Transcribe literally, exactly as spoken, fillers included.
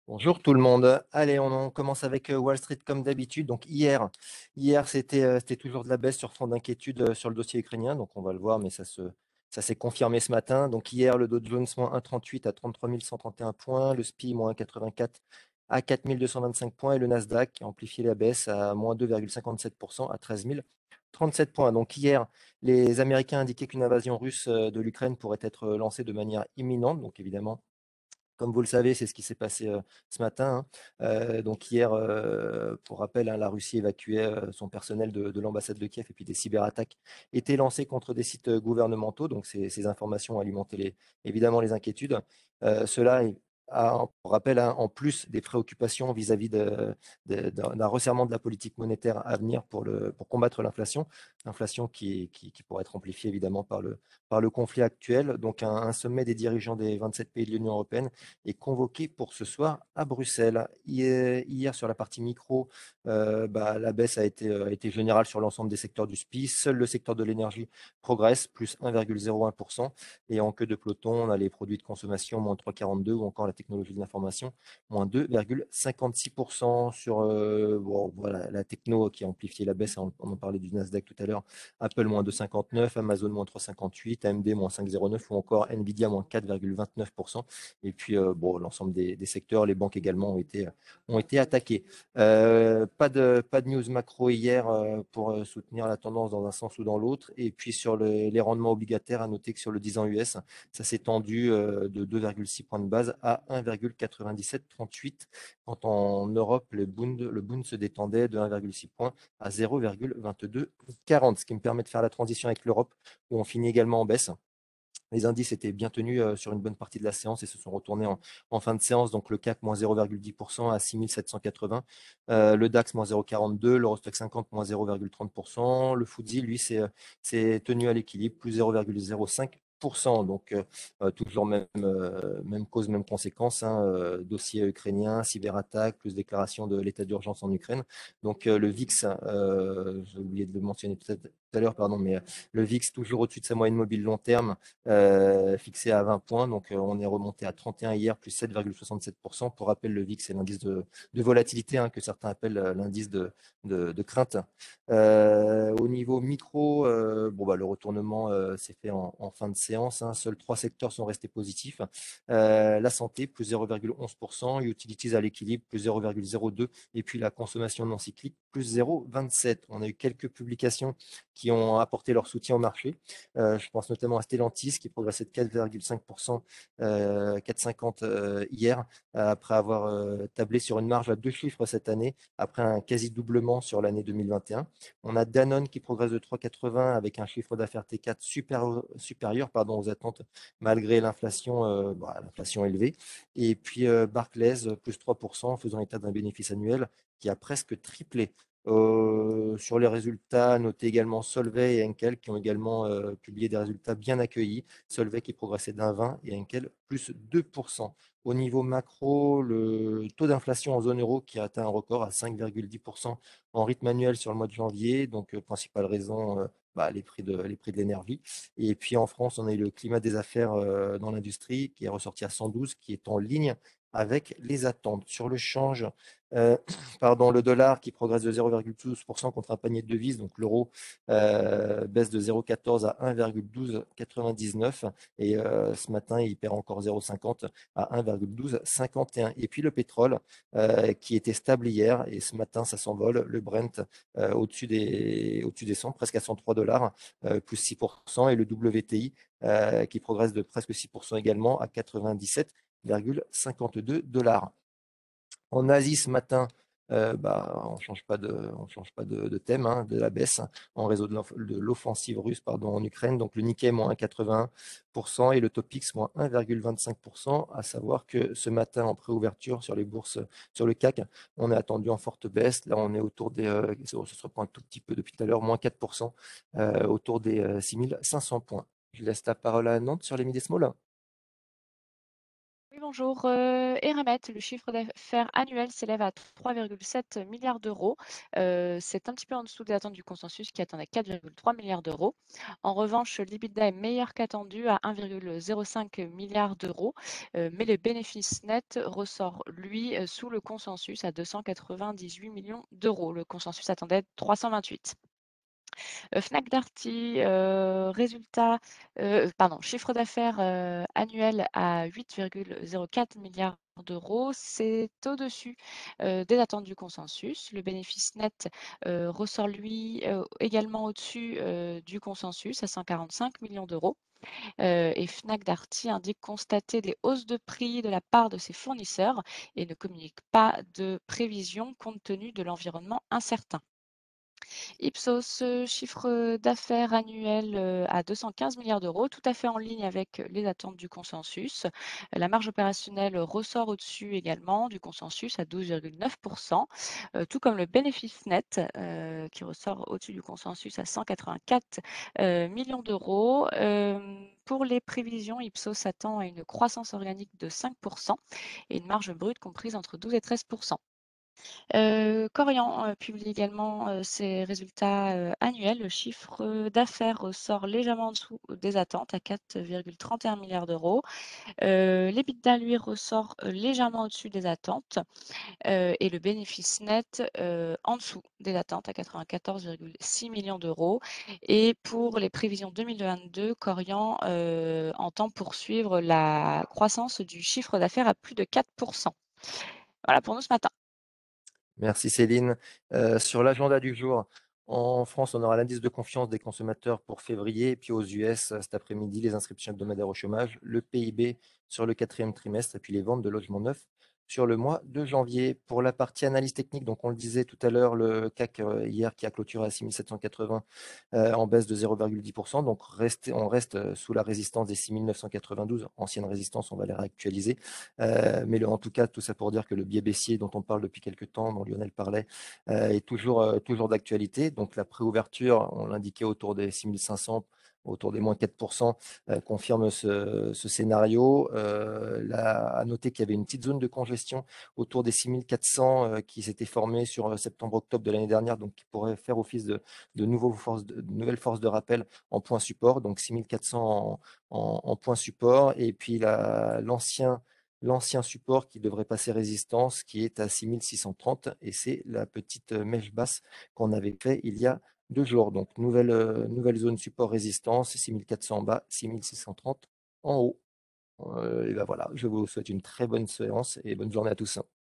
Bonjour tout le monde. Allez, on, on commence avec euh, Wall Street comme d'habitude. Donc hier, hier c'était euh, c'était toujours de la baisse sur fond d'inquiétude euh, sur le dossier ukrainien. Donc on va le voir, mais ça se ça s'est confirmé ce matin. Donc hier, le Dow Jones moins un virgule trente-huit à trente-trois mille cent trente et un points, le S P I moins un virgule quatre-vingt-quatre à quatre mille deux cent vingt-cinq points et le Nasdaq qui a amplifié la baisse à moins deux virgule cinquante-sept pour cent à treize mille trente-sept points. Donc hier, les Américains indiquaient qu'une invasion russe euh, de l'Ukraine pourrait être euh, lancée de manière imminente. Donc évidemment, comme vous le savez, c'est ce qui s'est passé euh, ce matin, hein. Euh, donc hier, euh, pour rappel, hein, la Russie évacuait euh, son personnel de, de l'ambassade de Kiev et puis des cyberattaques étaient lancées contre des sites euh, gouvernementaux. Donc ces, ces informations alimentaient les, évidemment les inquiétudes. Euh, cela est- a, pour rappel, hein, en plus des préoccupations vis-à-vis de- de- d'un d'un resserrement de la politique monétaire à venir pour, le, pour combattre l'inflation, inflation qui, qui, qui pourrait être amplifiée évidemment par le, par le conflit actuel. Donc un, un sommet des dirigeants des vingt-sept pays de l'Union européenne est convoqué pour ce soir à Bruxelles. Hier, hier sur la partie micro, euh, bah, la baisse a été, euh, a été générale sur l'ensemble des secteurs du S P I. Seul le secteur de l'énergie progresse, plus un virgule zéro un pour cent. Et en queue de peloton, on a les produits de consommation, moins trois virgule quarante-deux, ou encore la technologie de l'information, moins deux virgule cinquante-six pour cent. Sur euh, bon, voilà, la techno qui a amplifié la baisse, on, on en parlait du Nasdaq tout à l'heure, Apple moins deux virgule cinquante-neuf, Amazon moins trois virgule cinquante-huit, A M D moins cinq virgule zéro neuf ou encore Nvidia moins quatre virgule vingt-neuf pour cent. Et puis, euh, bon, l'ensemble des, des secteurs, les banques également ont été, ont été attaquées. Euh, pas de, pas de news macro hier euh, pour euh, soutenir la tendance dans un sens ou dans l'autre. Et puis, sur le- les rendements obligataires, à noter que sur le dix ans U S, ça s'est tendu euh, de deux virgule six points de base à un virgule quatre-vingt-dix-sept trente-huit, quand en Europe, le Bund, le Bund se détendait de un virgule six points à zéro virgule vingt-deux quarante, ce qui me permet de faire la transition avec l'Europe, où on finit également en baisse. Les indices étaient bien tenus euh, sur une bonne partie de la séance et se sont retournés en, en fin de séance. Donc le C A C moins zéro virgule dix pour cent à six mille sept cent quatre-vingts, euh, le DAX moins zéro virgule quarante-deux, l'Eurostoxx cinquante moins zéro virgule trente pour cent, le F T S E, lui, c'est euh, c'est tenu à l'équilibre, plus zéro virgule zéro cinq pour cent. Donc euh, euh, toujours même, euh, même cause, même conséquence, hein, euh, dossier ukrainien, cyberattaque, plus déclaration de l'état d'urgence en Ukraine. Donc euh, le V I X, euh, j'ai oublié de le mentionner tout à tout à l'heure, pardon, mais euh, le V I X toujours au-dessus de sa moyenne mobile long terme, euh, fixé à vingt points. Donc, euh, on est remonté à trente et un hier, plus sept virgule soixante-sept pour cent. Pour rappel, le V I X, c'est l'indice de, de volatilité, hein, que certains appellent euh, l'indice de, de, de crainte. Euh, au niveau micro, euh, bon, bah, le retournement euh, s'est fait en, en fin de séance, hein. Seuls trois secteurs sont restés positifs. Euh, la santé, plus zéro virgule onze pour cent. Utilities à l'équilibre, plus zéro virgule zéro deux. Et puis la consommation non cyclique, plus zéro virgule vingt-sept. On a eu quelques publications qui ont apporté leur soutien au marché. Euh, je pense notamment à Stellantis qui progressait de quatre virgule cinq pour cent, euh, quatre virgule cinquante euh, hier, euh, après avoir euh, tablé sur une marge à deux chiffres cette année, après un quasi-doublement sur l'année deux mille vingt et un. On a Danone qui progresse de trois virgule quatre-vingts avec un chiffre d'affaires T quatre supérieur, supérieur pardon, aux attentes malgré l'inflation euh, bah, l'inflation élevée. Et puis euh, Barclays, plus trois pour cent, faisant état d'un bénéfice annuel qui a presque triplé. Euh, sur les résultats, notez également Solvay et Henkel qui ont également euh, publié des résultats bien accueillis. Solvay qui progressait d'un vingt et Henkel plus deux pour cent. Au niveau macro, le taux d'inflation en zone euro qui a atteint un record à cinq virgule dix pour cent en rythme annuel sur le mois de janvier. Donc, euh, principale raison, euh, bah, les prix de, les prix de l'énergie. Et puis en France, on a eu le climat des affaires euh, dans l'industrie qui est ressorti à cent douze, qui est en ligne avec les attentes. Sur le change, euh, pardon, le dollar qui progresse de zéro virgule douze pour cent contre un panier de devises, donc l'euro euh, baisse de zéro virgule quatorze à un virgule douze quatre-vingt-dix-neuf et euh, ce matin il perd encore zéro virgule cinquante à un virgule douze cinquante et un. Et puis le pétrole euh, qui était stable hier et ce matin ça s'envole, le Brent euh, au-dessus des, au-dessus des cent, presque à cent trois dollars, euh, plus six pour cent et le W T I euh, qui progresse de presque six pour cent également à quatre-vingt-dix-sept virgule cinquante-deux dollars. En Asie ce matin, euh, bah, on ne change pas de, on change pas de, de thème, hein, de la baisse, hein, en réseau de l'off- de l'offensive russe pardon, en Ukraine. Donc le Nikkei moins un virgule quatre-vingts pour cent et le Topix moins un virgule vingt-cinq pour cent. À savoir que ce matin en préouverture sur les bourses, sur le C A C, on est attendu en forte baisse. Là, on est autour des, euh, ça se reprend un tout petit peu depuis tout à l'heure, moins quatre pour cent, euh, autour des euh, six mille cinq cents points. Je laisse la parole à Nantes sur les midi small. bonjour. Heu, Eramet, le chiffre d'affaires annuel s'élève à trois virgule sept milliards d'euros. Heu, c'est un petit peu en dessous des attentes du consensus qui attendait quatre virgule trois milliards d'euros. En revanche, l'EBITDA est meilleur qu'attendu à un virgule zéro cinq milliard d'euros, heu, mais le bénéfice net ressort, lui, heu, sous le consensus à deux cent quatre-vingt-dix-huit millions d'euros. Le consensus attendait trois cent vingt-huit. Heu, Fnac Darty, heu, résultat, heu, pardon, chiffre d'affaires, heu, annuel à huit virgule zéro quatre milliards d'euros. C'est au-dessus, heu, des attentes du consensus. Le bénéfice net, heu, ressort lui, heu, également au-dessus, heu, du consensus à cent quarante-cinq millions d'euros. Heu et Fnac Darty indique constater des hausses de prix de la part de ses fournisseurs et ne communique pas de prévision compte tenu de l'environnement incertain. Ipsos, heu, chiffre d'affaires annuel, heu, à deux cent quinze milliards d'euros, tout à fait en ligne avec les attentes du consensus. La marge opérationnelle ressort au-dessus également du consensus à douze virgule neuf, heu, tout comme le bénéfice net, heu, qui ressort au-dessus du consensus à cent quatre-vingt-quatre, heu, millions d'euros. Hem, pour les prévisions, Ipsos s'attend à une croissance organique de cinq et une marge brute comprise entre douze et treize. Heu, Korian, heu, publie également, heu, ses résultats, heu, annuels. Le chiffre d'affaires ressort légèrement en dessous des attentes à quatre virgule trente et un milliards d'euros. Heu, l'EBITDA, lui, ressort, heu, légèrement au-dessus des attentes, heu et le bénéfice net, heu, en dessous des attentes à quatre-vingt-quatorze virgule six millions d'euros. Et pour les prévisions deux mille vingt-deux, Korian, heu, entend poursuivre la croissance du chiffre d'affaires à plus de quatre. Voilà pour nous ce matin. Merci Céline. Heu, sur l'agenda du jour, en France, on aura l'indice de confiance des consommateurs pour février et puis aux U S, heu, cet après-midi, les inscriptions hebdomadaires au chômage, le P I B sur le quatrième trimestre et puis les ventes de logements neufs sur le mois de janvier. Pour la partie analyse technique, donc on le disait tout à l'heure, le C A C, heu, hier qui a clôturé à six mille sept cent quatre-vingts, heu, en baisse de zéro virgule dix, donc rester on reste, heu, sous la résistance des six mille neuf cent quatre-vingt-douze, ancienne résistance, on va les réactualiser. Heu, mais le en tout cas, tout ça pour dire que le biais baissier dont on parle depuis quelque temps, dont Lionel parlait, heu, est toujours, heu, toujours d'actualité. Donc la préouverture, on l'indiquait autour des six mille cinq cents, autour des moins quatre, heu, confirme ce ce scénario. Heu, là, à noter qu'il y avait une petite zone de congestion autour des six mille quatre cents, heu, qui s'était formée sur, heu, septembre-octobre de l'année dernière, donc qui pourrait faire office de de nouveaux forces de de nouvelles forces de rappel en point support, donc six mille quatre cents en en en point support et puis la l'ancien l'ancien support qui devrait passer résistance, qui est à six mille six cent trente et c'est la petite, heu, mèche basse qu'on avait fait il y a deux jours. Donc nouvelle, heu, nouvelle zone support résistance, six mille quatre cents en bas, six mille six cent trente en haut. Heu et bah, voilà, je vous souhaite une très bonne séance et bonne journée à tous.